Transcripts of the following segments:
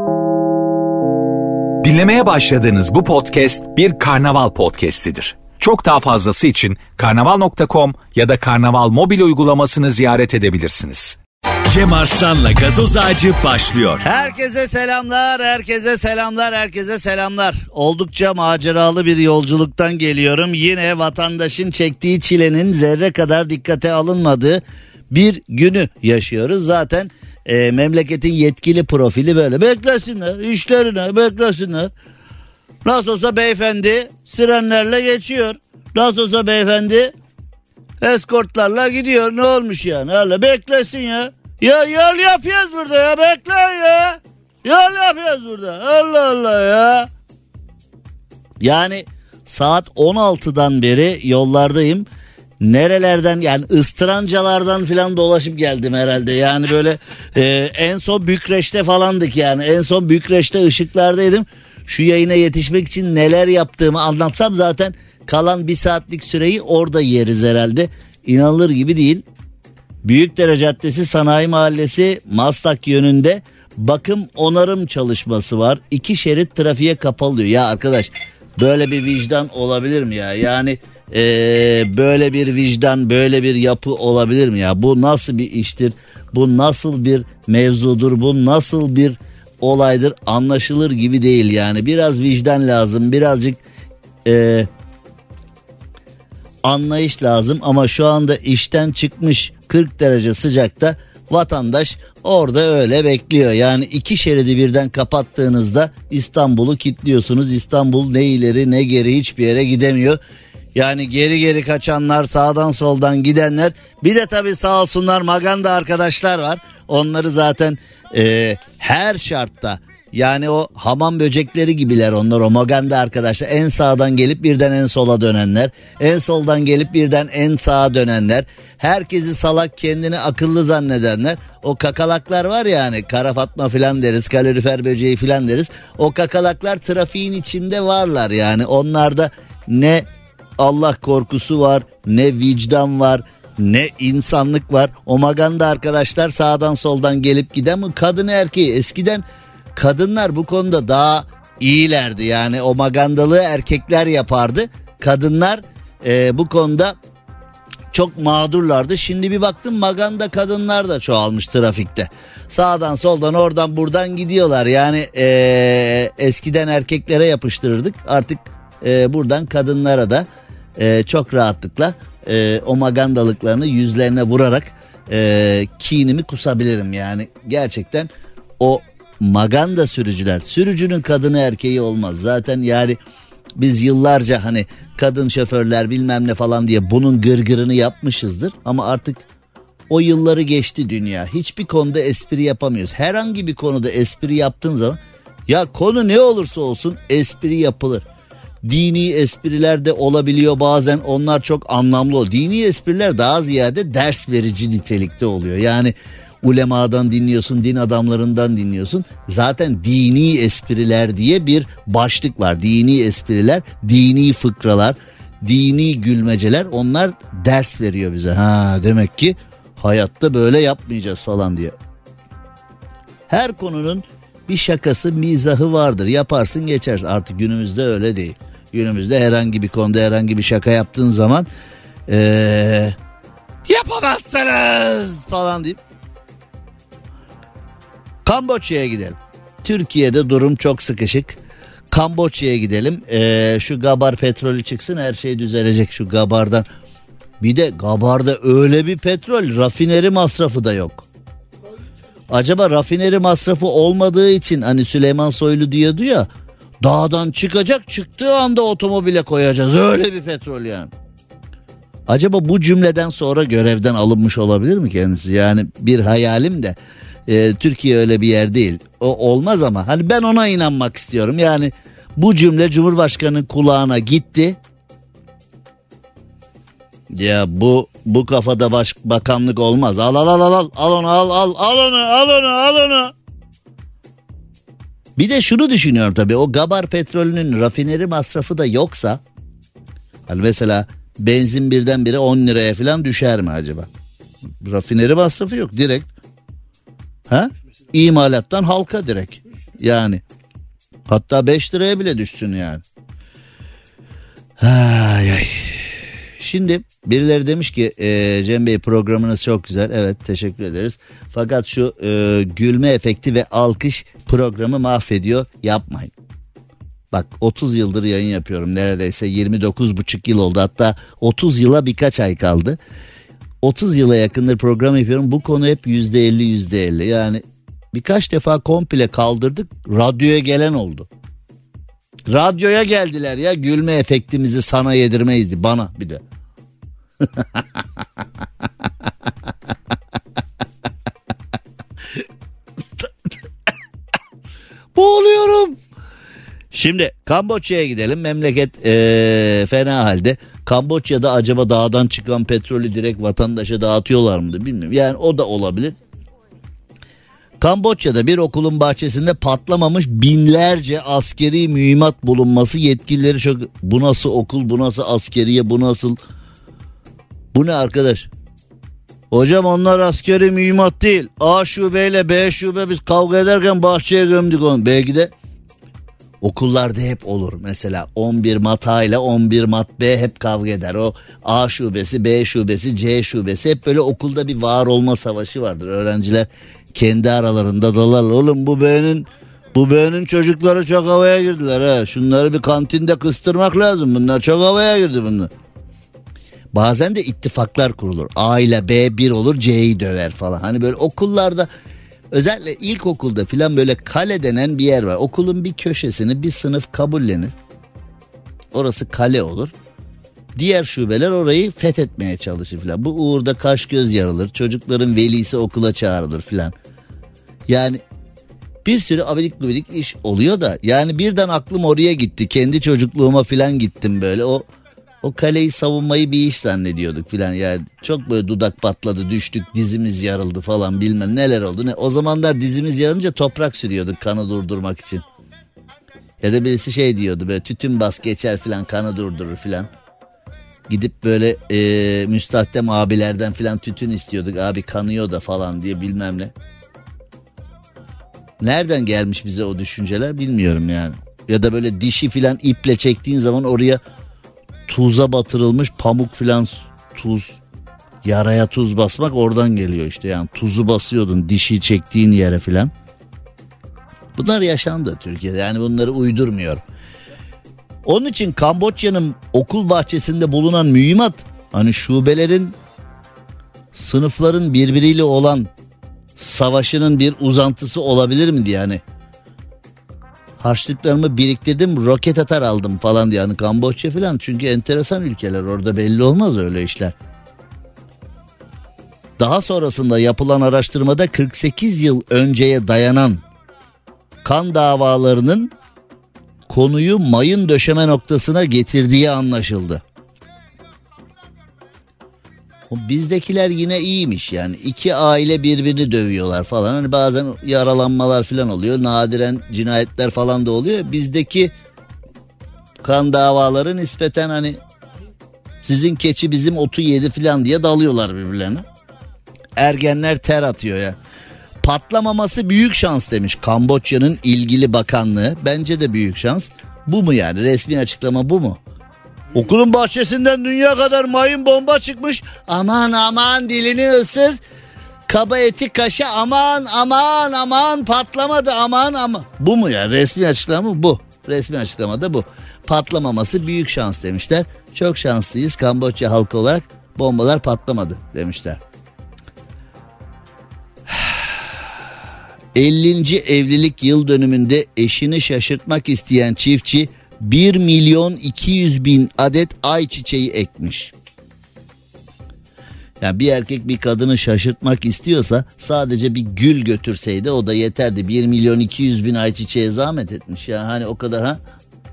Dinlemeye başladığınız bu podcast bir karnaval podcastidir. Çok daha fazlası için karnaval.com ya da karnaval mobil uygulamasını ziyaret edebilirsiniz. Cem Arslan'la Gazoz Ağacı başlıyor. Herkese selamlar, herkese selamlar, herkese selamlar. Oldukça maceralı bir yolculuktan geliyorum. Yine vatandaşın çektiği çilenin zerre kadar dikkate alınmadığı bir günü yaşıyoruz. Zaten memleketin yetkili profili böyle. Beklesinler, işlerine beklesinler. Nasıl olsa beyefendi sirenlerle geçiyor. Nasıl olsa beyefendi eskortlarla gidiyor. Ne olmuş yani? Hala beklesin ya. Ya yol yapıyoruz burada ya, bekleyin ya. Yol yapıyoruz burada. Allah Allah ya. Yani saat 16'dan beri yollardayım. Nerelerden, yani ıstırancalardan falan dolaşıp geldim herhalde. Yani böyle en son Bükreş'te falandık yani. En son Bükreş'te ışıklardaydım. Şu yayına yetişmek için neler yaptığımı anlatsam zaten kalan bir saatlik süreyi orada yeriz herhalde. İnanılır gibi değil. Büyükdere Caddesi Sanayi Mahallesi Maslak yönünde bakım onarım çalışması var. 2 şerit trafiğe kapalı. Ya arkadaş, böyle bir vicdan olabilir mi ya? Yani böyle bir vicdan, böyle bir yapı olabilir mi ya? Bu nasıl bir iştir? Bu nasıl bir mevzudur? Bu nasıl bir olaydır? Anlaşılır gibi değil yani. Biraz vicdan lazım, birazcık anlayış lazım. Ama şu anda işten çıkmış 40 derece sıcakta vatandaş orada öyle bekliyor. Yani 2 şeridi birden kapattığınızda İstanbul'u kilitliyorsunuz. İstanbul ne ileri ne geri hiçbir yere gidemiyor. Yani geri kaçanlar, sağdan soldan gidenler, bir de tabii sağ olsunlar maganda arkadaşlar var. Onları zaten her şartta, yani o hamam böcekleri gibiler onlar, o maganda arkadaşlar. En sağdan gelip birden en sola dönenler, en soldan gelip birden en sağa dönenler, herkesi salak kendini akıllı zannedenler, o kakalaklar var yani, kara fatma filan deriz, kalorifer böceği filan deriz. O kakalaklar trafiğin içinde varlar yani. Onlarda ne Allah korkusu var, ne vicdan var, ne insanlık var. O maganda arkadaşlar sağdan soldan gelip giden mi, kadın erkeği, eskiden kadınlar bu konuda daha iyilerdi. Yani o magandalığı erkekler yapardı. Kadınlar bu konuda çok mağdurlardı. Şimdi bir baktım maganda kadınlar da çoğalmış trafikte. Sağdan soldan oradan buradan gidiyorlar. Yani eskiden erkeklere yapıştırırdık. Artık buradan kadınlara da çok rahatlıkla o magandalıklarını yüzlerine vurarak kinimi kusabilirim. Yani gerçekten o maganda sürücüler, sürücünün kadını erkeği olmaz zaten. Yani biz yıllarca hani kadın şoförler bilmem ne falan diye bunun gırgırını yapmışızdır ama artık o yılları geçti dünya. Hiçbir konuda espri yapamıyoruz. Herhangi bir konuda espri yaptığın zaman, ya konu ne olursa olsun espri yapılır. Dini espriler de olabiliyor bazen, onlar çok anlamlı oluyor. Dini espriler daha ziyade ders verici nitelikte oluyor. Yani ulemadan dinliyorsun, din adamlarından dinliyorsun. Zaten dini espriler diye bir başlık var. Dini espriler, dini fıkralar, dini gülmeceler, onlar ders veriyor bize. Ha, demek ki hayatta böyle yapmayacağız falan diye. Her konunun bir şakası, mizahı vardır. Yaparsın geçersin. Artık günümüzde öyle değil. Günümüzde herhangi bir konuda herhangi bir şaka yaptığın zaman yapamazsınız falan deyip Kamboçya'ya gidelim. Türkiye'de durum çok sıkışık. Kamboçya'ya gidelim. Şu Gabar petrolü çıksın, her şey düzelecek şu Gabar'dan. Bir de Gabar'da öyle bir petrol, rafineri masrafı da yok. Acaba rafineri masrafı olmadığı için hani Süleyman Soylu diyordu ya, dağdan çıkacak, çıktığı anda otomobile koyacağız, öyle bir petrol yani. Acaba bu cümleden sonra görevden alınmış olabilir mi kendisi? Yani bir hayalim de Türkiye öyle bir yer değil. O olmaz ama hani ben ona inanmak istiyorum. Yani bu cümle Cumhurbaşkanı'nın kulağına gitti. Ya bu kafada bakanlık olmaz. Al onu. Bir de şunu düşünüyorum tabii, o Gabar petrolünün rafineri masrafı da yoksa hani mesela benzin birdenbire 10 liraya falan düşer mi acaba? Rafineri masrafı yok, direkt. Ha? İmalattan halka direkt. yani. Hatta 5 liraya bile düşsün yani. Ay ay. Şimdi birileri demiş ki Cem Bey programınız çok güzel. Evet, teşekkür ederiz. Fakat şu gülme efekti ve alkış programı mahvediyor. Yapmayın. Bak 30 yıldır yayın yapıyorum. Neredeyse 29,5 yıl oldu. Hatta 30 yıla birkaç ay kaldı. 30 yıla yakındır program yapıyorum. Bu konu hep %50. Yani birkaç defa komple kaldırdık. Radyoya gelen oldu. Radyoya geldiler ya, gülme efektimizi sana yedirmeyizdi. Bana bir de. Boğuluyorum. Şimdi Kamboçya'ya gidelim. Memleket fena halde. Kamboçya'da acaba dağdan çıkan petrolü direkt vatandaşa dağıtıyorlar mı bilmiyorum. Yani o da olabilir. Kamboçya'da bir okulun bahçesinde patlamamış binlerce askeri mühimmat bulunması, yetkilileri çok... Bu nasıl okul, bu nasıl askeriye, bu nasıl... Bu ne arkadaş? Hocam onlar askeri mühimmat değil. A şubeyle B şube biz kavga ederken bahçeye gömdük onu. Belki de okullarda hep olur. Mesela 11 mat A ile 11 mat B hep kavga eder. O A şubesi, B şubesi, C şubesi hep böyle okulda bir var olma savaşı vardır. Öğrenciler kendi aralarında dalarlar. Oğlum bu B'nin çocukları çok havaya girdiler ha. Şunları bir kantinde kıstırmak lazım. Bunlar çok havaya girdi bunlar. Bazen de ittifaklar kurulur. A ile B bir olur, C'yi döver falan. Hani böyle okullarda, özellikle ilkokulda filan böyle kale denen bir yer var. Okulun bir köşesini bir sınıf kabullenir. Orası kale olur. Diğer şubeler orayı fethetmeye çalışır filan. Bu uğurda kaş göz yarılır. Çocukların velisi okula çağrılır filan. Yani bir sürü abidik gubidik iş oluyor da. Yani birden aklım oraya gitti. Kendi çocukluğuma filan gittim böyle. O kaleyi savunmayı bir iş zannediyorduk filan. Yani çok böyle dudak patladı, düştük, dizimiz yarıldı falan, bilmem neler oldu. O zamanlar dizimiz yarınca toprak sürüyorduk kanı durdurmak için. Ya da birisi şey diyordu, böyle tütün bas geçer filan, kanı durdurur filan. Gidip böyle müstahdem abilerden filan tütün istiyorduk. Abi kanıyor da falan diye, bilmem ne. Nereden gelmiş bize o düşünceler bilmiyorum yani. Ya da böyle dişi filan iple çektiğin zaman oraya tuza batırılmış pamuk filan, tuz, yaraya tuz basmak oradan geliyor işte. Yani tuzu basıyordun dişi çektiğin yere filan. Bunlar yaşandı Türkiye'de, yani bunları uydurmuyor. Onun için Kamboçya'nın okul bahçesinde bulunan mühimmat, hani şubelerin, sınıfların birbiriyle olan savaşının bir uzantısı olabilir mi diye, hani harçlıklarımı biriktirdim, roket atar aldım falan diye. Yani Kamboçya falan, çünkü enteresan ülkeler, orada belli olmaz öyle işler. Daha sonrasında yapılan araştırmada 48 yıl önceye dayanan kan davalarının konuyu mayın döşeme noktasına getirdiği anlaşıldı. Bizdekiler yine iyiymiş yani. 2 aile birbirini dövüyorlar falan. Hani bazen yaralanmalar falan oluyor. Nadiren cinayetler falan da oluyor. Bizdeki kan davaları nispeten hani sizin keçi bizim otu yedi falan diye dalıyorlar birbirlerine. Ergenler ter atıyor ya. Patlamaması büyük şans demiş Kamboçya'nın ilgili bakanlığı. Bence de büyük şans. Bu mu yani? Resmi açıklama bu mu? Okulun bahçesinden dünya kadar mayın bomba çıkmış. Aman dilini ısır. Kaba eti kaşa, aman patlamadı aman. Bu mu ya? Resmi açıklama bu. Resmi açıklamada bu. Patlamaması büyük şans demişler. Çok şanslıyız Kamboçya halkı olarak, bombalar patlamadı demişler. 50. evlilik yıl dönümünde eşini şaşırtmak isteyen çiftçi 1.200.000 adet ayçiçeği ekmiş. Yani bir erkek bir kadını şaşırtmak istiyorsa sadece bir gül götürseydi o da yeterdi. 1.200.000 ayçiçeğe zahmet etmiş ya, hani o kadar ha.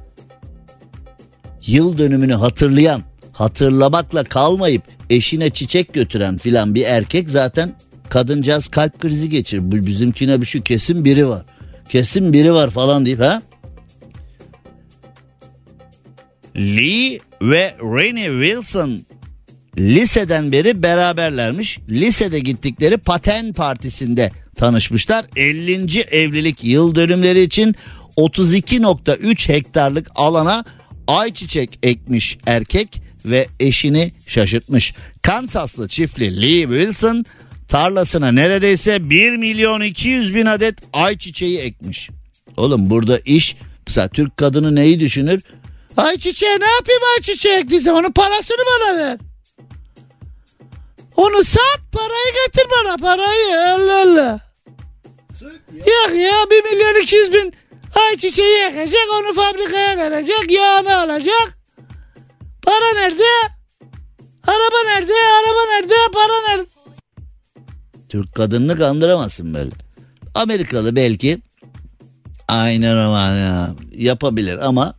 Yıl dönümünü hatırlayan, hatırlamakla kalmayıp eşine çiçek götüren filan bir erkek zaten kadıncağız kalp krizi geçirir. Bu bizimkine bir şey, kesin biri var. Kesin biri var falan deyip ha. Lee ve Rennie Wilson liseden beri beraberlermiş. Lisede gittikleri paten partisinde tanışmışlar. 50. evlilik yıl dönümleri için 32.3 hektarlık alana ayçiçek ekmiş erkek ve eşini şaşırtmış. Kansaslı çiftli Lee Wilson tarlasına neredeyse 1.200.000 adet ayçiçeği ekmiş. Oğlum burada iş, mesela Türk kadını neyi düşünür? Ayçiçeği ne yapayım, ayçiçeği ektiyse onun parasını bana ver. Onu sat, parayı getir bana, parayı. Allah Allah. Yok ya, 1.200.000 ayçiçeği ekecek, onu fabrikaya verecek, yağını alacak. Para nerede? Araba nerede? Araba nerede? Para nerede? Türk kadınını kandıramazsın böyle. Amerikalı belki aynen ama ya, yapabilir ama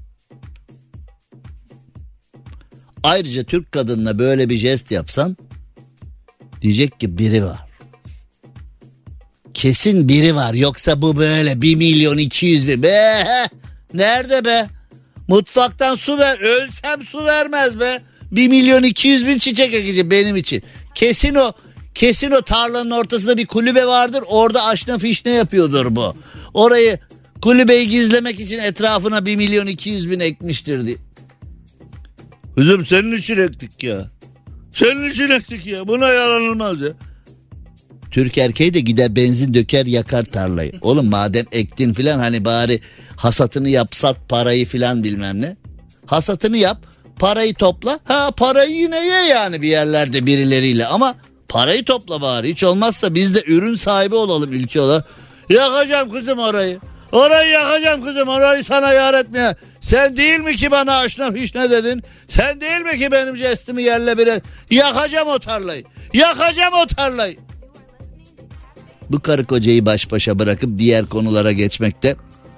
ayrıca Türk kadınına böyle bir jest yapsan diyecek ki biri var. Kesin biri var, yoksa bu böyle 1.200.000 be. Nerede be? Mutfaktan su ver, ölsem su vermez be. 1.200.000 çiçek ekici benim için. Kesin o tarlanın ortasında bir kulübe vardır. Orada aşna fişne yapıyordur bu. Orayı, kulübeyi gizlemek için etrafına 1.200.000 ekmiştir diye. Kızım senin için ektik ya. Senin için ektik ya. Buna yaranılmaz ya. Türk erkeği de gider benzin döker yakar tarlayı. Oğlum madem ektin filan, hani bari hasatını yap, sat parayı filan bilmem ne. Hasatını yap, parayı topla. Ha, parayı yine ye yani bir yerlerde birileriyle, ama parayı topla bari. Hiç olmazsa biz de ürün sahibi olalım ülke olarak. Yakacağım kızım orayı. Orayı yakacağım kızım, orayı sana yar etmeye. Sen değil mi ki bana aşna fişne dedin? Sen değil mi ki benim jestimi yerle bir et? Yakacağım o tarlayı. Yakacağım o tarlayı. Bu karı kocayı baş başa bırakıp diğer konulara geçmekte.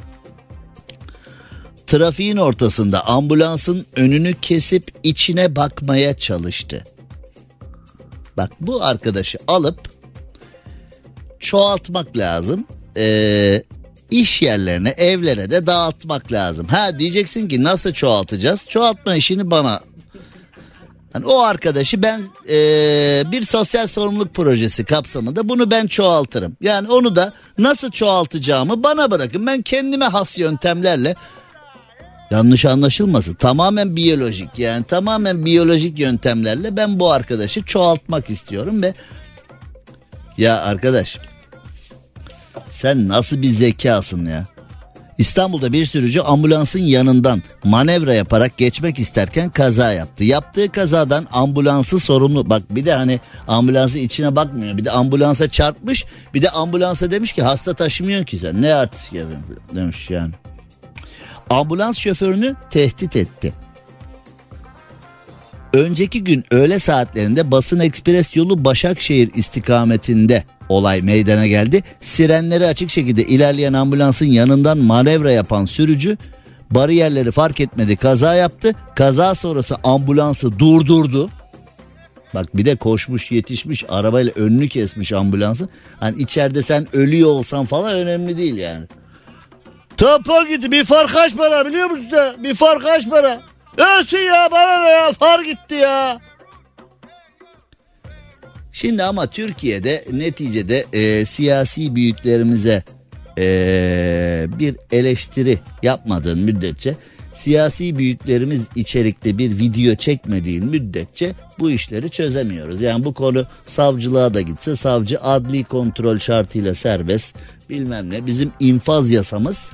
Trafiğin ortasında ambulansın önünü kesip içine bakmaya çalıştı. Bak, bu arkadaşı alıp çoğaltmak lazım. İş yerlerine, evlere de dağıtmak lazım. Ha, diyeceksin ki nasıl çoğaltacağız? Çoğaltma işini bana. Yani o arkadaşı ben bir sosyal sorumluluk projesi kapsamında bunu ben çoğaltırım. Yani onu da nasıl çoğaltacağımı bana bırakın. Ben kendime has yöntemlerle, yanlış anlaşılmasın, tamamen biyolojik, yani tamamen biyolojik yöntemlerle ben bu arkadaşı çoğaltmak istiyorum ve ya arkadaş, sen nasıl bir zekasın ya? İstanbul'da bir sürücü ambulansın yanından manevra yaparak geçmek isterken kaza yaptı. Yaptığı kazadan ambulansı sorumlu. Bak, bir de hani ambulansın içine bakmıyor. Bir de ambulansa çarpmış. Bir de ambulansa demiş ki hasta taşımıyor ki sen. Ne artist yapıyorsun demiş yani. Ambulans şoförünü tehdit etti. Önceki gün öğle saatlerinde Basın Ekspres yolu Başakşehir istikametinde olay meydana geldi. Sirenleri açık şekilde ilerleyen ambulansın yanından manevra yapan sürücü bariyerleri fark etmedi, kaza yaptı. Kaza sonrası ambulansı durdurdu. Bak, bir de koşmuş, yetişmiş, arabayla önünü kesmiş ambulansın. Hani içeride sen ölüyor olsan falan önemli değil yani. Topa gitti, bir far kaç para biliyor musun sen? Bir far kaç para? Ölsün ya, bana ne ya, far gitti ya. Şimdi ama Türkiye'de neticede siyasi büyüklerimize bir eleştiri yapmadığın müddetçe, siyasi büyüklerimiz içerikte bir video çekmediğin müddetçe bu işleri çözemiyoruz. Yani bu konu savcılığa da gitse, savcı adli kontrol şartıyla serbest bilmem ne. Bizim infaz yasamız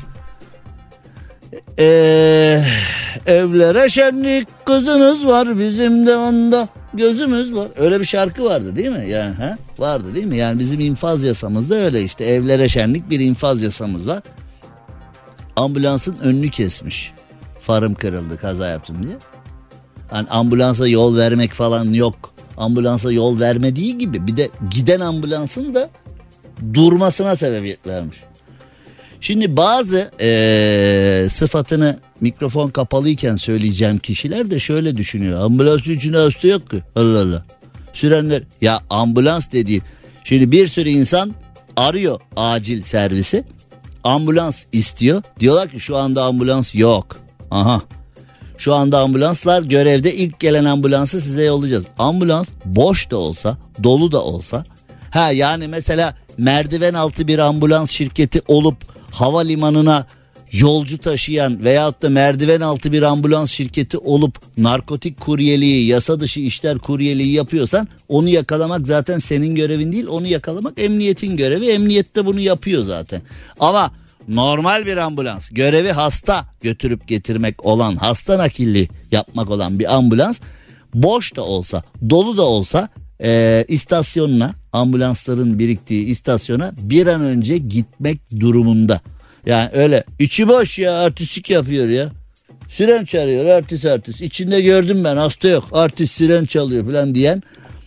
evlere şenlik kızınız var, bizim de onda gözümüz var. Öyle bir şarkı vardı değil mi? Yani vardı değil mi? Yani bizim infaz yasamızda öyle işte, evlere şenlik bir infaz yasamız var. Ambulansın önünü kesmiş. Farım kırıldı, kaza yaptım diye. Yani ambulansa yol vermek falan yok. Ambulansa yol vermediği gibi bir de giden ambulansın da durmasına sebebiyet vermiş. Şimdi bazı sıfatını mikrofon kapalıyken söyleyeceğim kişiler de şöyle düşünüyor. Ambulansın içinde hasta yok ki. Allah Allah. Sürenler, ya ambulans dediği. Şimdi bir sürü insan arıyor acil servisi. Ambulans istiyor. Diyorlar ki şu anda ambulans yok. Aha. Şu anda ambulanslar görevde, ilk gelen ambulansı size yollayacağız. Ambulans boş da olsa, dolu da olsa. Yani mesela merdiven altı bir ambulans şirketi olup havalimanına yolcu taşıyan veyahut da merdiven altı bir ambulans şirketi olup narkotik kuryeliği, yasa dışı işler kuryeliği yapıyorsan onu yakalamak zaten senin görevin değil, onu yakalamak emniyetin görevi. Emniyet de bunu yapıyor zaten. Ama normal bir ambulans, görevi hasta götürüp getirmek olan, hasta nakilli yapmak olan bir ambulans boş da olsa, dolu da olsa istasyonuna, ambulansların biriktiği istasyona bir an önce gitmek durumunda. Yani öyle içi boş ya, artistik yapıyor ya. Siren çalıyor, artist. İçinde gördüm ben, hasta yok, artist siren çalıyor falan diyen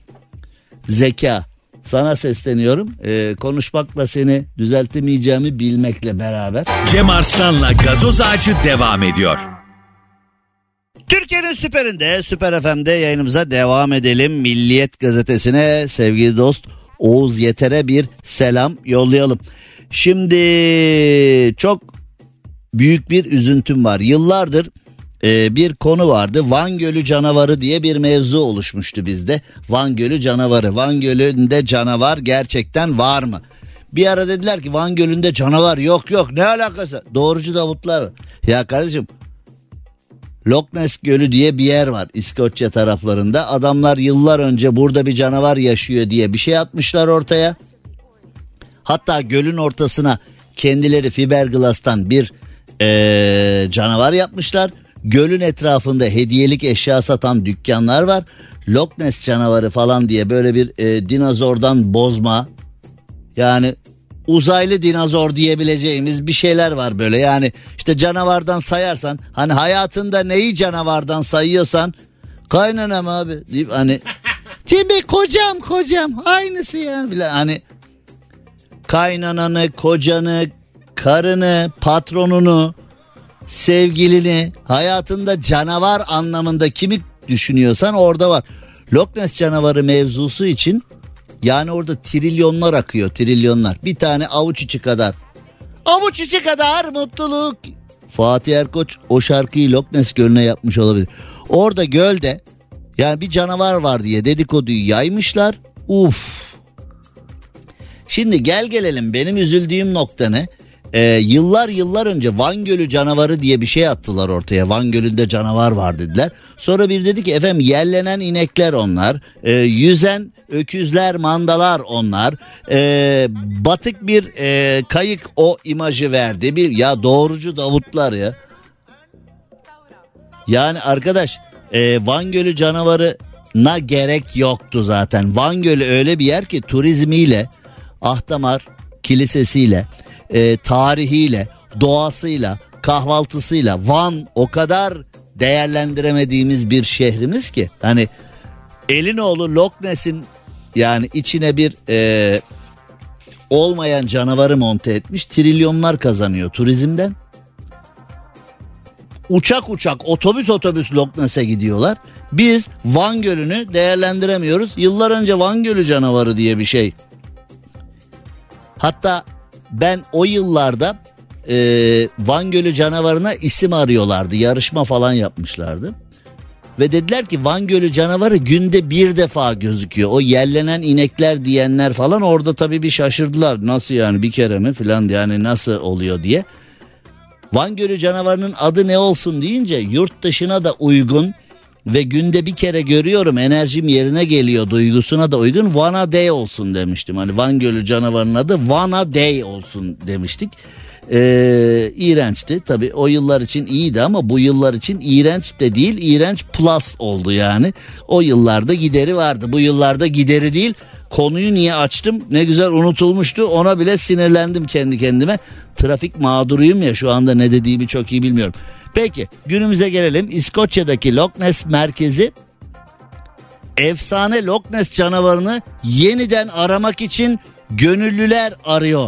zeka. Sana sesleniyorum. Konuşmakla seni düzeltemeyeceğimi bilmekle beraber. Cem Arslan'la Gazoz Ağacı devam ediyor. Türkiye'nin süperinde, Süper FM'de yayınımıza devam edelim. Milliyet gazetesine sevgili dost Oğuz Yeter'e bir selam yollayalım. Şimdi çok büyük bir üzüntüm var. Yıllardır bir konu vardı. Van Gölü canavarı diye bir mevzu oluşmuştu bizde. Van Gölü canavarı. Van Gölü'nde canavar gerçekten var mı? Bir ara dediler ki Van Gölü'nde canavar yok ne alakası? Doğrucu Davutlar. Ya kardeşim, Loch Ness Gölü diye bir yer var İskoçya taraflarında. Adamlar yıllar önce burada bir canavar yaşıyor diye bir şey atmışlar ortaya. Hatta gölün ortasına kendileri fiberglass'tan bir canavar yapmışlar. Gölün etrafında hediyelik eşya satan dükkanlar var. Loch Ness canavarı falan diye böyle bir dinozordan bozma, yani uzaylı dinozor diyebileceğimiz bir şeyler var böyle. Yani işte canavardan sayarsan, hani hayatında neyi canavardan sayıyorsan, kaynanam abi deyip hani Cem'e kocam aynısı yani bile, hani kaynananı, kocanı, karını, patronunu, sevgilini, hayatında canavar anlamında kimi düşünüyorsan orada var. Loch Ness canavarı mevzusu için yani orada trilyonlar akıyor, trilyonlar. Bir tane avuç içi kadar mutluluk. Fatih Erkoç o şarkıyı Loch Ness Gölü'ne yapmış olabilir. Orada gölde yani bir canavar var diye dedikoduyu yaymışlar. Şimdi gelelim benim üzüldüğüm nokta ne? Yıllar önce Van Gölü canavarı diye bir şey attılar ortaya. Van Gölü'nde canavar var dediler. Sonra bir dedi ki efendim yerlenen inekler onlar. Yüzen öküzler, mandalar onlar. Batık bir kayık o imajı verdi. Bir ya doğrucu Davutlar ya. Yani arkadaş Van Gölü canavarına gerek yoktu zaten. Van Gölü öyle bir yer ki turizmiyle, Ahdamar Kilisesiyle, tarihiyle, doğasıyla, kahvaltısıyla Van o kadar değerlendiremediğimiz bir şehrimiz ki. Hani Elinoğlu Loch Ness'in yani içine bir olmayan canavarı monte etmiş, trilyonlar kazanıyor turizmden. Uçak otobüs Loch Ness'e gidiyorlar. Biz Van Gölü'nü değerlendiremiyoruz. Yıllar önce Van Gölü canavarı diye bir şey. Hatta ben o yıllarda Van Gölü canavarına isim arıyorlardı. Yarışma falan yapmışlardı. Ve dediler ki Van Gölü canavarı günde bir defa gözüküyor. O yerlenen inekler diyenler falan orada tabii bir şaşırdılar. Nasıl yani, bir kere mi falan, yani nasıl oluyor diye. Van Gölü canavarının adı ne olsun deyince yurt dışına da uygun ve günde bir kere görüyorum, enerjim yerine geliyor duygusuna da uygun, Vanna Day olsun demiştim. Hani Van Gölü canavarının adı Vanna Day olsun demiştik. İğrençti tabii, o yıllar için iyiydi ama bu yıllar için iğrenç de değil, iğrenç plus oldu yani. O yıllarda gideri vardı, bu yıllarda gideri değil. Konuyu niye açtım, ne güzel unutulmuştu, ona bile sinirlendim kendi kendime. Trafik mağduruyum ya şu anda, ne dediğimi çok iyi bilmiyorum. Peki günümüze gelelim. İskoçya'daki Loch Ness merkezi efsane Loch Ness canavarını yeniden aramak için gönüllüler arıyor.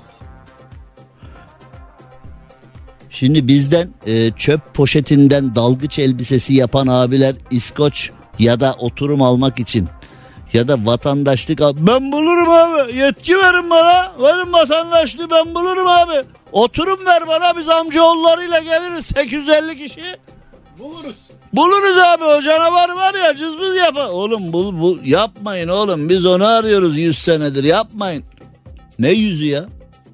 Şimdi bizden çöp poşetinden dalgıç elbisesi yapan abiler İskoç ya da oturum almak için ya da vatandaşlık ben bulurum abi, yetki verin bana, verin vatandaşlığı, ben bulurum abi, oturum ver bana, biz amcaoğullarıyla geliriz 850 kişi buluruz abi, o canavar var ya, cızbız yapar oğlum, yapmayın oğlum, biz onu arıyoruz 100 senedir, yapmayın. Ne yüzü ya?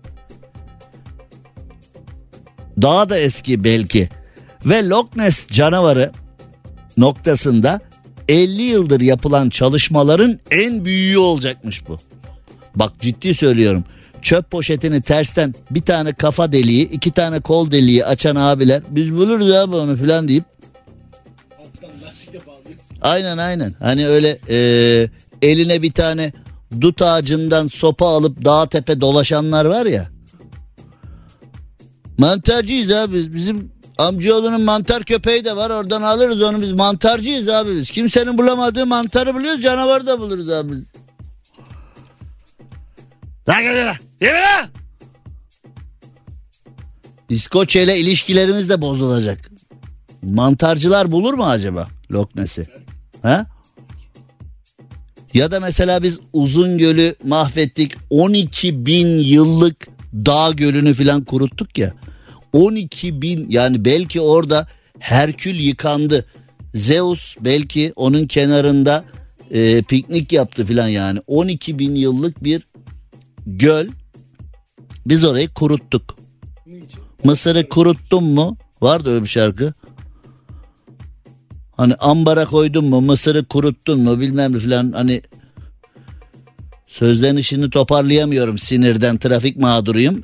Daha da eski belki. Ve Loch Ness canavarı noktasında 50 yıldır yapılan çalışmaların en büyüğü olacakmış bu. Bak ciddi söylüyorum. Çöp poşetini tersten bir tane kafa deliği, 2 tane kol deliği açan abiler biz buluruz abi onu filan deyip. Aynen. Hani öyle eline bir tane dut ağacından sopa alıp dağ tepe dolaşanlar var ya. Mantarcıyız abi. Bizim amcaoğlunun mantar köpeği de var. Oradan alırız onu, biz mantarcıyız abi biz. Kimsenin bulamadığı mantarı buluyoruz, canavarı da buluruz abi. İskoçya ile ilişkilerimiz de bozulacak. Mantarcılar bulur mu acaba Loch Ness'i? Ha? Ya da mesela biz Uzungöl'ü mahvettik. 12.000 yıllık dağ gölünü filan kuruttuk ya. 12.000, yani belki orada Herkül yıkandı. Zeus belki onun kenarında piknik yaptı filan yani. 12.000 yıllık bir göl. Biz orayı kuruttuk. Mısır'ı kuruttun mu? Vardı öyle bir şarkı. Hani ambara koydun mu, mısırı kuruttun mu bilmem ne filan, hani sözlerin işini toparlayamıyorum sinirden, trafik mağduruyum.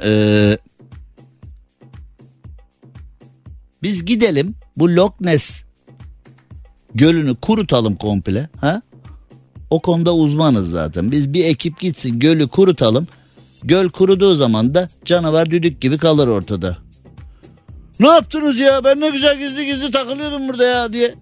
Biz gidelim bu Loch Ness gölünü kurutalım komple. Ha? O konuda uzmanız zaten. Biz bir ekip gitsin gölü kurutalım. Göl kuruduğu zaman da canavar düdük gibi kalır ortada. Ne yaptınız ya? Ben ne güzel gizli gizli takılıyordum burada ya diye.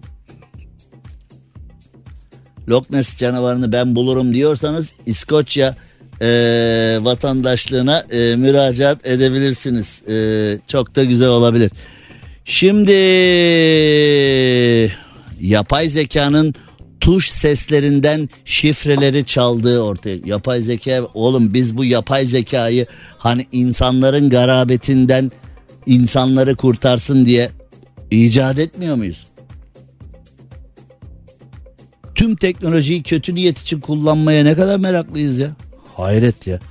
Loch Ness canavarını ben bulurum diyorsanız İskoçya vatandaşlığına müracaat edebilirsiniz. Çok da güzel olabilir. Şimdi yapay zekanın tuş seslerinden şifreleri çaldığı ortaya. Yapay zeka, oğlum biz bu yapay zekayı hani insanların garabetinden insanları kurtarsın diye icat etmiyor muyuz? Tüm teknolojiyi kötü niyet için kullanmaya ne kadar meraklıyız ya. Hayret ya.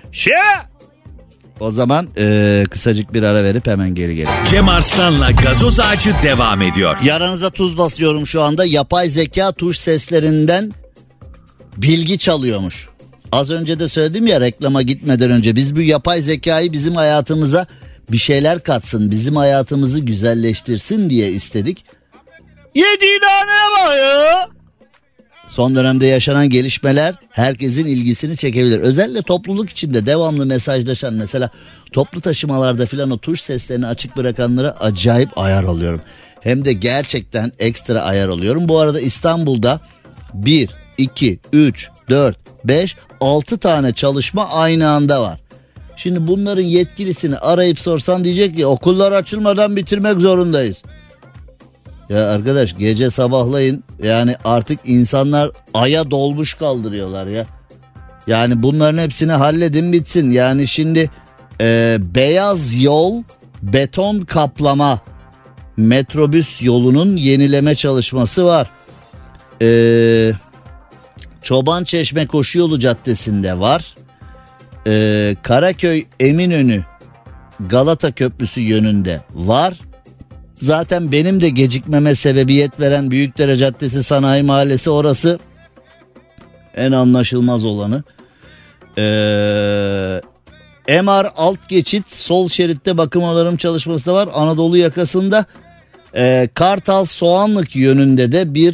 O zaman kısacık bir ara verip hemen geri gelelim. Cem Arslan'la Gazoz Ağacı devam ediyor. Yaranıza tuz basıyorum şu anda. Yapay zeka tuş seslerinden bilgi çalıyormuş. Az önce de söyledim ya, reklama gitmeden önce. Biz bu yapay zekayı bizim hayatımıza bir şeyler katsın, bizim hayatımızı güzelleştirsin diye istedik. Yediğin haneye bak ya. Son dönemde yaşanan gelişmeler herkesin ilgisini çekebilir. Özellikle topluluk içinde devamlı mesajlaşan, mesela toplu taşımalarda filan o tuş seslerini açık bırakanlara acayip ayar oluyorum. Hem de gerçekten ekstra ayar oluyorum. Bu arada İstanbul'da 1, 2, 3, 4, 5, 6 tane çalışma aynı anda var. Şimdi bunların yetkilisini arayıp sorsan diyecek ki okullar açılmadan bitirmek zorundayız. Ya arkadaş, gece sabahlayın, yani artık insanlar aya dolmuş kaldırıyorlar ya. Yani bunların hepsini halledin bitsin. Yani şimdi beyaz yol beton kaplama metrobüs yolunun yenileme çalışması var. Çobançeşme Koşuyolu Caddesi'nde var. Karaköy Eminönü Galata Köprüsü yönünde var. Zaten benim de gecikmeme sebebiyet veren Büyükdere Caddesi Sanayi Mahallesi, orası en anlaşılmaz olanı. MR alt geçit sol şeritte bakım onarım çalışması da var. Anadolu yakasında Kartal Soğanlık yönünde de bir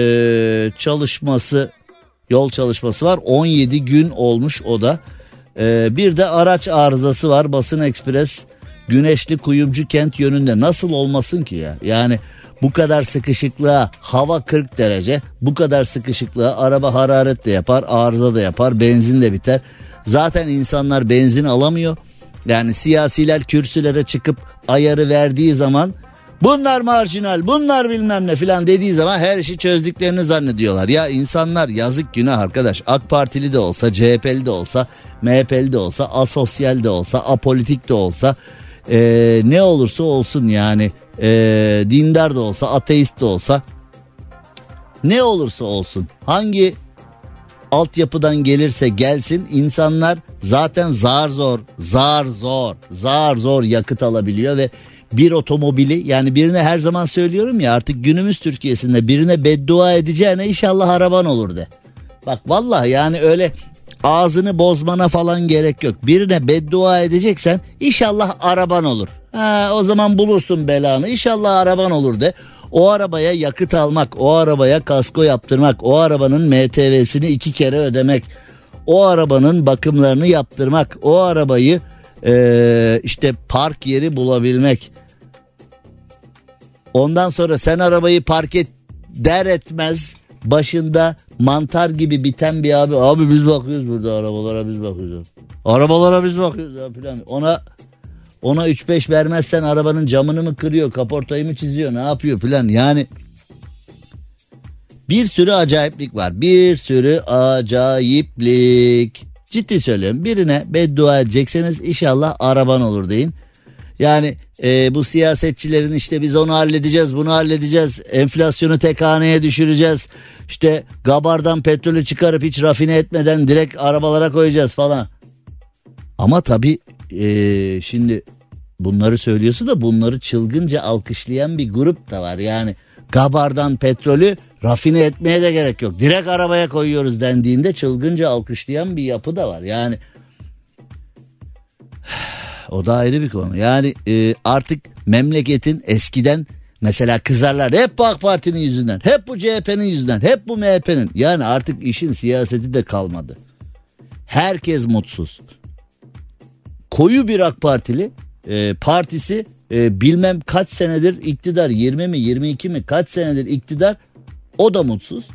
yol çalışması var. 17 gün olmuş o da. Bir de araç arızası var. Basın Ekspres Güneşli Kuyumcu Kent yönünde. Nasıl olmasın ki ya? Yani bu kadar sıkışıklığa, hava 40 derece, bu kadar sıkışıklığa araba hararet de yapar, arıza da yapar, benzin de biter. Zaten insanlar benzin alamıyor. Yani siyasiler kürsülere çıkıp ayarı verdiği zaman bunlar marjinal, bunlar bilmem ne filan dediği zaman her işi çözdüklerini zannediyorlar. Ya insanlar, yazık günah arkadaş. AK Partili de olsa, CHP'li de olsa, MHP'li de olsa, asosyal de olsa, apolitik de olsa, ne olursa olsun yani, dindar da olsa, ateist de olsa, ne olursa olsun, hangi altyapıdan gelirse gelsin, insanlar zaten zar zor yakıt alabiliyor ve bir otomobili, yani birine her zaman söylüyorum ya, artık günümüz Türkiye'sinde birine beddua edeceğine inşallah araban olur de. Bak vallahi yani öyle ağzını bozmana falan gerek yok. Birine beddua edeceksen inşallah araban olur. O zaman bulursun belanı, inşallah araban olur de. O arabaya yakıt almak, o arabaya kasko yaptırmak, o arabanın MTV'sini 2 kere ödemek, o arabanın bakımlarını yaptırmak, o arabayı işte park yeri bulabilmek. Ondan sonra sen arabayı park et der etmez başında mantar gibi biten bir abi biz bakıyoruz burada arabalara, biz bakıyoruz. Arabalara biz bakıyoruz ya falan. Ona 3-5 vermezsen arabanın camını mı kırıyor, kaportayı mı çiziyor, ne yapıyor falan. Yani bir sürü acayiplik var. Bir sürü acayiplik. Ciddi söylüyorum, birine beddua edecekseniz inşallah araban olur deyin. Yani bu siyasetçilerin işte biz onu halledeceğiz, bunu halledeceğiz, enflasyonu tek haneye düşüreceğiz, işte gabardan petrolü çıkarıp hiç rafine etmeden direkt arabalara koyacağız falan. Ama tabii şimdi bunları söylüyorsun da bunları çılgınca alkışlayan bir grup da var. Yani gabardan petrolü rafine etmeye de gerek yok, direkt arabaya koyuyoruz dendiğinde çılgınca alkışlayan bir yapı da var. Yani o da ayrı bir konu. Yani artık memleketin eskiden mesela kızarlar hep bu AK Parti'nin yüzünden, hep bu CHP'nin yüzünden, hep bu MHP'nin. Yani artık işin siyaseti de kalmadı. Herkes mutsuz. Koyu bir AK Partili partisi bilmem kaç senedir iktidar, 20 mi 22 mi kaç senedir iktidar, o da mutsuz.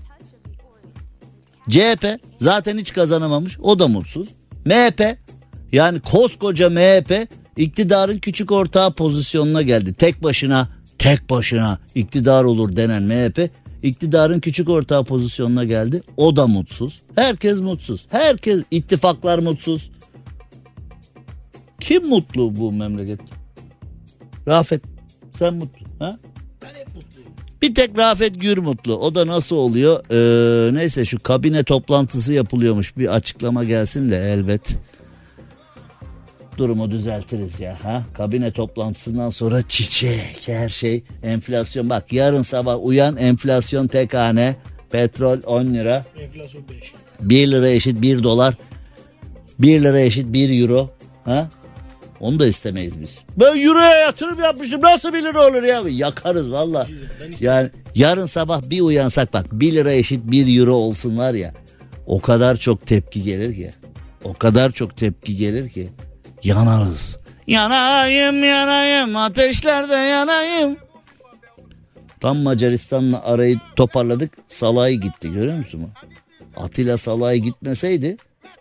CHP zaten hiç kazanamamış, o da mutsuz. MHP, yani koskoca MHP iktidarın küçük ortağı pozisyonuna geldi. Tek başına iktidar olur denen MHP iktidarın küçük ortağı pozisyonuna geldi. O da mutsuz. Herkes mutsuz. Herkes, ittifaklar mutsuz. Kim mutlu bu memlekette? Rafet, sen mutlu, ha? Ben hep mutluyum. Bir tek Rafet Gür mutlu. O da nasıl oluyor? Neyse, şu kabine toplantısı yapılıyormuş. Bir açıklama gelsin de elbet durumu düzeltiriz ya. Ha? Kabine toplantısından sonra çiçek, her şey, enflasyon. Bak yarın sabah uyan, enflasyon tek hane, petrol 10 lira. Enflasyon 5. 1 lira eşit 1 dolar. 1 lira eşit 1 euro. Ha? Onu da istemeyiz biz. Ben euroya yatırım yapmıştım, nasıl 1 lira olur ya? Yakarız valla. Yani yarın sabah bir uyansak, bak 1 lira eşit 1 euro olsun var ya. O kadar çok tepki gelir ki. O kadar çok tepki gelir ki. Yanarız. Yanayım ateşlerde yanayım. Tam Macaristan'la arayı toparladık. Salah'ı gitti, görüyor musun? Atilla Salah'ı gitmeseydi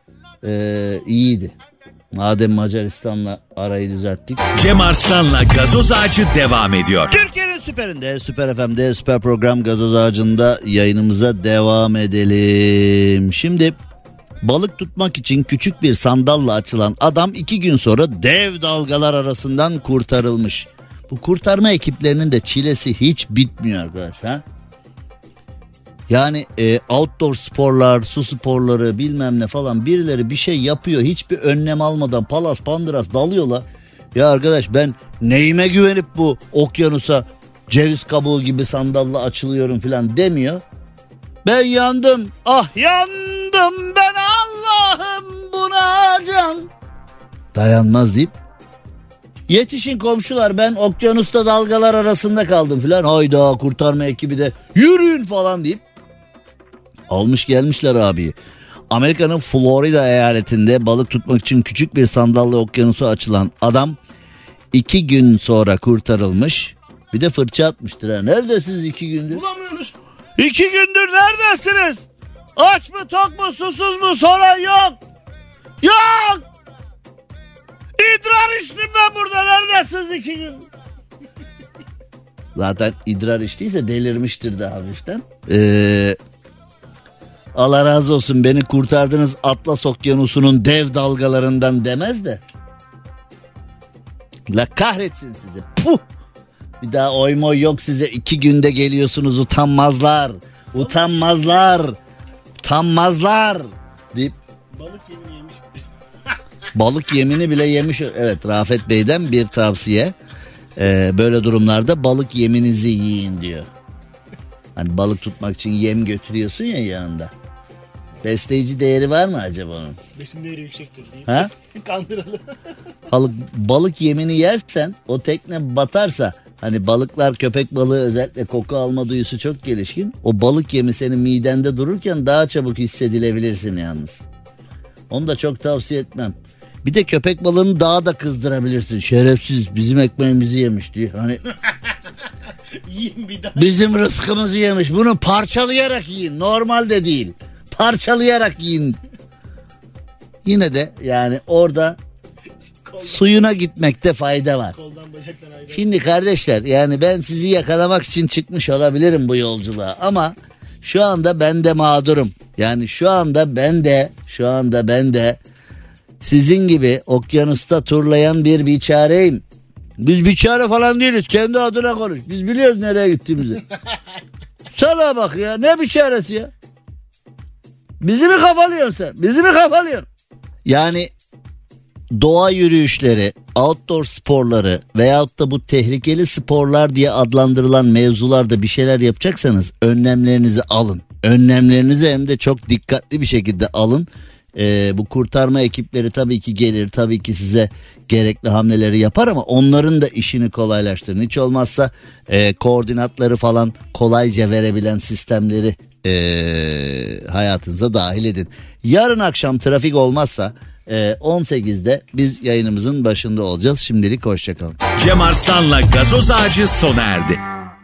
iyiydi. Madem Macaristan'la arayı düzelttik. Cem Arslan'la Gazoz Ağacı devam ediyor. Türkiye'nin süperinde, Süper FM'de, süper program Gazoz Ağacı'nda yayınımıza devam edelim. Şimdi balık tutmak için küçük bir sandalla açılan adam 2 gün sonra dev dalgalar arasından kurtarılmış. Bu kurtarma ekiplerinin de çilesi hiç bitmiyor arkadaş. Ha? Yani outdoor sporlar, su sporları bilmem ne falan, birileri bir şey yapıyor, hiçbir önlem almadan palas pandıras dalıyorlar. Ya arkadaş, ben neyime güvenip bu okyanusa ceviz kabuğu gibi sandalla açılıyorum falan demiyor. Ben yandım, ah yandım ben, Allah'ım buna can dayanmaz deyip, yetişin komşular, ben okyanusta dalgalar arasında kaldım filan, hayda kurtarma ekibi de yürüyün falan deyip almış gelmişler abi. Amerika'nın Florida eyaletinde balık tutmak için küçük bir sandalla okyanusa açılan adam 2 gün sonra kurtarılmış. Bir de fırça atmıştır ha. Neredesiniz 2 gündür? Bulamıyoruz. 2 gündür neredesiniz? Aç mı, tok mu, susuz mu soran yok. Yok. İdrar içtim ben burada, neredesiniz 2 gün? Zaten idrar içtiyse delirmiştir de hafiften. Allah razı olsun, beni kurtardınız Atlas Okyanusu'nun dev dalgalarından demez de. La kahretsin sizi. Puh. Bir daha oy moy yok size, 2 günde geliyorsunuz, utanmazlar. Utanmazlar. utanmazlar deyip Balık yemini yemiş. balık yemini bile yemiş. Evet, Rafet Bey'den bir tavsiye. Böyle durumlarda balık yeminizi yiyin diyor. Hani balık tutmak için yem götürüyorsun ya yanında. Besleyici değeri var mı acaba onun? Besin değeri yüksektir diye. Ha? Kandıralım. Balık yemini yersen o tekne batarsa, hani balıklar, köpek balığı özellikle koku alma duyusu çok gelişkin. O balık yemi senin midende dururken daha çabuk hissedilebilirsin yalnız. Onu da çok tavsiye etmem. Bir de köpek balığını daha da kızdırabilirsin. Şerefsiz, bizim ekmeğimizi yemiş diye. Hani Yiyin bir daha. bizim rızkımızı yemiş. Bunu parçalayarak yiyin. Normal de değil. Parçalayarak yiyin. Yine de yani orada suyuna gitmekte fayda var. Koldan bacaktan ayrı. Şimdi kardeşler, yani ben sizi yakalamak için çıkmış olabilirim bu yolculuğa ama şu anda ben de mağdurum. Yani şu anda ben de sizin gibi okyanusta turlayan bir biçareyim. Biz biçare falan değiliz, kendi adına konuş. Biz biliyoruz nereye gittiğimizi. Sana bak ya, ne biçaresi ya? Bizi mi kafalıyorsun sen? Bizi mi kafalıyorsun? Yani doğa yürüyüşleri, outdoor sporları veyahut da bu tehlikeli sporlar diye adlandırılan mevzularda bir şeyler yapacaksanız önlemlerinizi alın. Önlemlerinizi hem de çok dikkatli bir şekilde alın. Bu kurtarma ekipleri tabii ki gelir, tabii ki size gerekli hamleleri yapar ama onların da işini kolaylaştırın. Hiç olmazsa koordinatları falan kolayca verebilen sistemleri hayatınıza dahil edin. Yarın akşam trafik olmazsa 18'de biz yayınımızın başında olacağız. Şimdilik hoşçakalın. Cem Arslan'la Gazoz Ağacı sona erdi.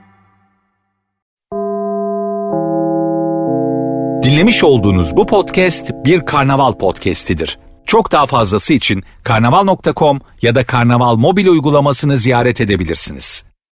Dinlemiş olduğunuz bu podcast bir karnaval podcastidir. Çok daha fazlası için karnaval.com ya da karnaval mobil uygulamasını ziyaret edebilirsiniz.